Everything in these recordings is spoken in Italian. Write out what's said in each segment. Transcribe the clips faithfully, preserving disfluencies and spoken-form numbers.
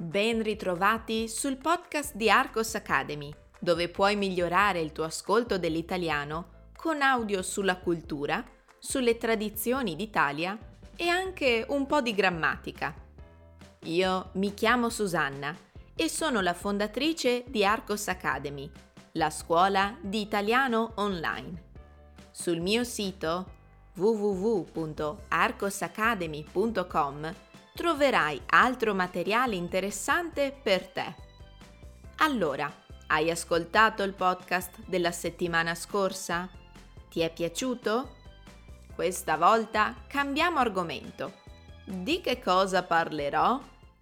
Ben ritrovati sul podcast di Arcos Academy, dove puoi migliorare il tuo ascolto dell'italiano con audio sulla cultura, sulle tradizioni d'Italia e anche un po' di grammatica. Io mi chiamo Susanna e sono la fondatrice di Arcos Academy, la scuola di italiano online. Sul mio sito w w w punto arcosacademy punto com troverai altro materiale interessante per te. Allora, hai ascoltato il podcast della settimana scorsa? Ti è piaciuto? Questa volta cambiamo argomento. Di che cosa parlerò?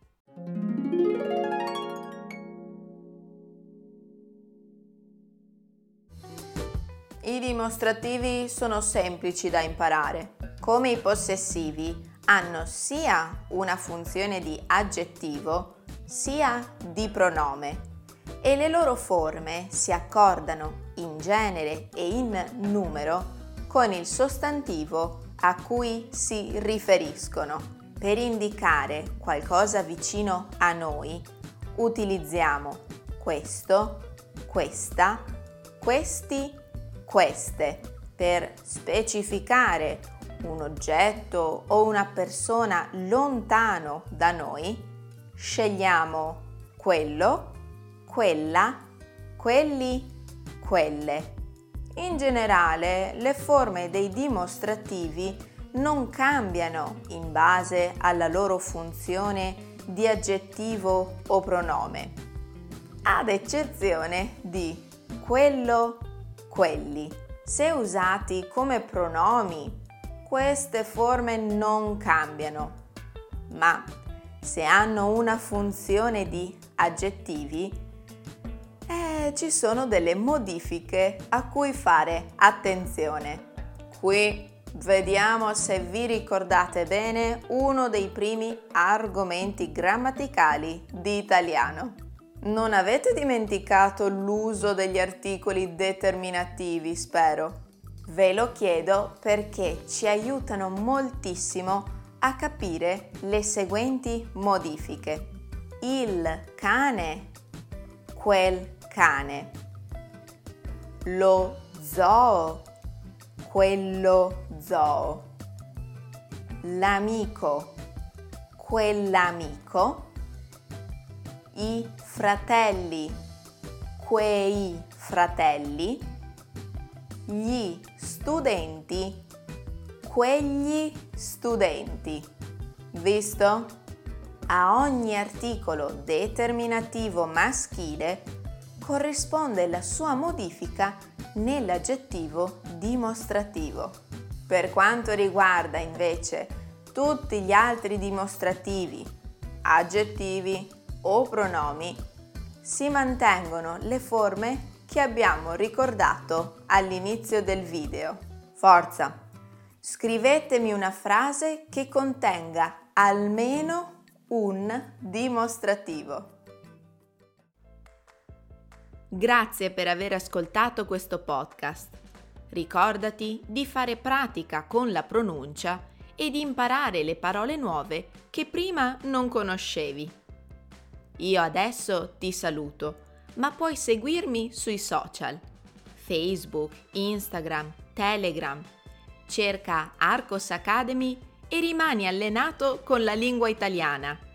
I dimostrativi sono semplici da imparare. Come i possessivi, hanno sia una funzione di aggettivo sia di pronome e le loro forme si accordano in genere e in numero con il sostantivo a cui si riferiscono. Per indicare qualcosa vicino a noi utilizziamo questo, questa, questi, queste. Per specificare un oggetto o una persona lontano da noi, scegliamo quello, quella, quelli, quelle. In generale, le forme dei dimostrativi non cambiano in base alla loro funzione di aggettivo o pronome, ad eccezione di quello, quelli. Se usati come pronomi, queste forme non cambiano, ma se hanno una funzione di aggettivi, eh, ci sono delle modifiche a cui fare attenzione. Qui vediamo se vi ricordate bene uno dei primi argomenti grammaticali di italiano. Non avete dimenticato l'uso degli articoli determinativi, spero. Ve lo chiedo perché ci aiutano moltissimo a capire le seguenti modifiche. Il cane, quel cane. Lo zoo, quello zoo. L'amico, quell'amico. I fratelli, quei fratelli. Gli studenti, quegli studenti. Visto? A ogni articolo determinativo maschile corrisponde la sua modifica nell'aggettivo dimostrativo. Per quanto riguarda invece tutti gli altri dimostrativi, aggettivi o pronomi, si mantengono le forme che abbiamo ricordato all'inizio del video. Forza! Scrivetemi una frase che contenga almeno un dimostrativo. Grazie per aver ascoltato questo podcast. Ricordati di fare pratica con la pronuncia e di imparare le parole nuove che prima non conoscevi. Io adesso ti saluto, ma puoi seguirmi sui social, Facebook, Instagram, Telegram. Cerca Arcos Academy e rimani allenato con la lingua italiana.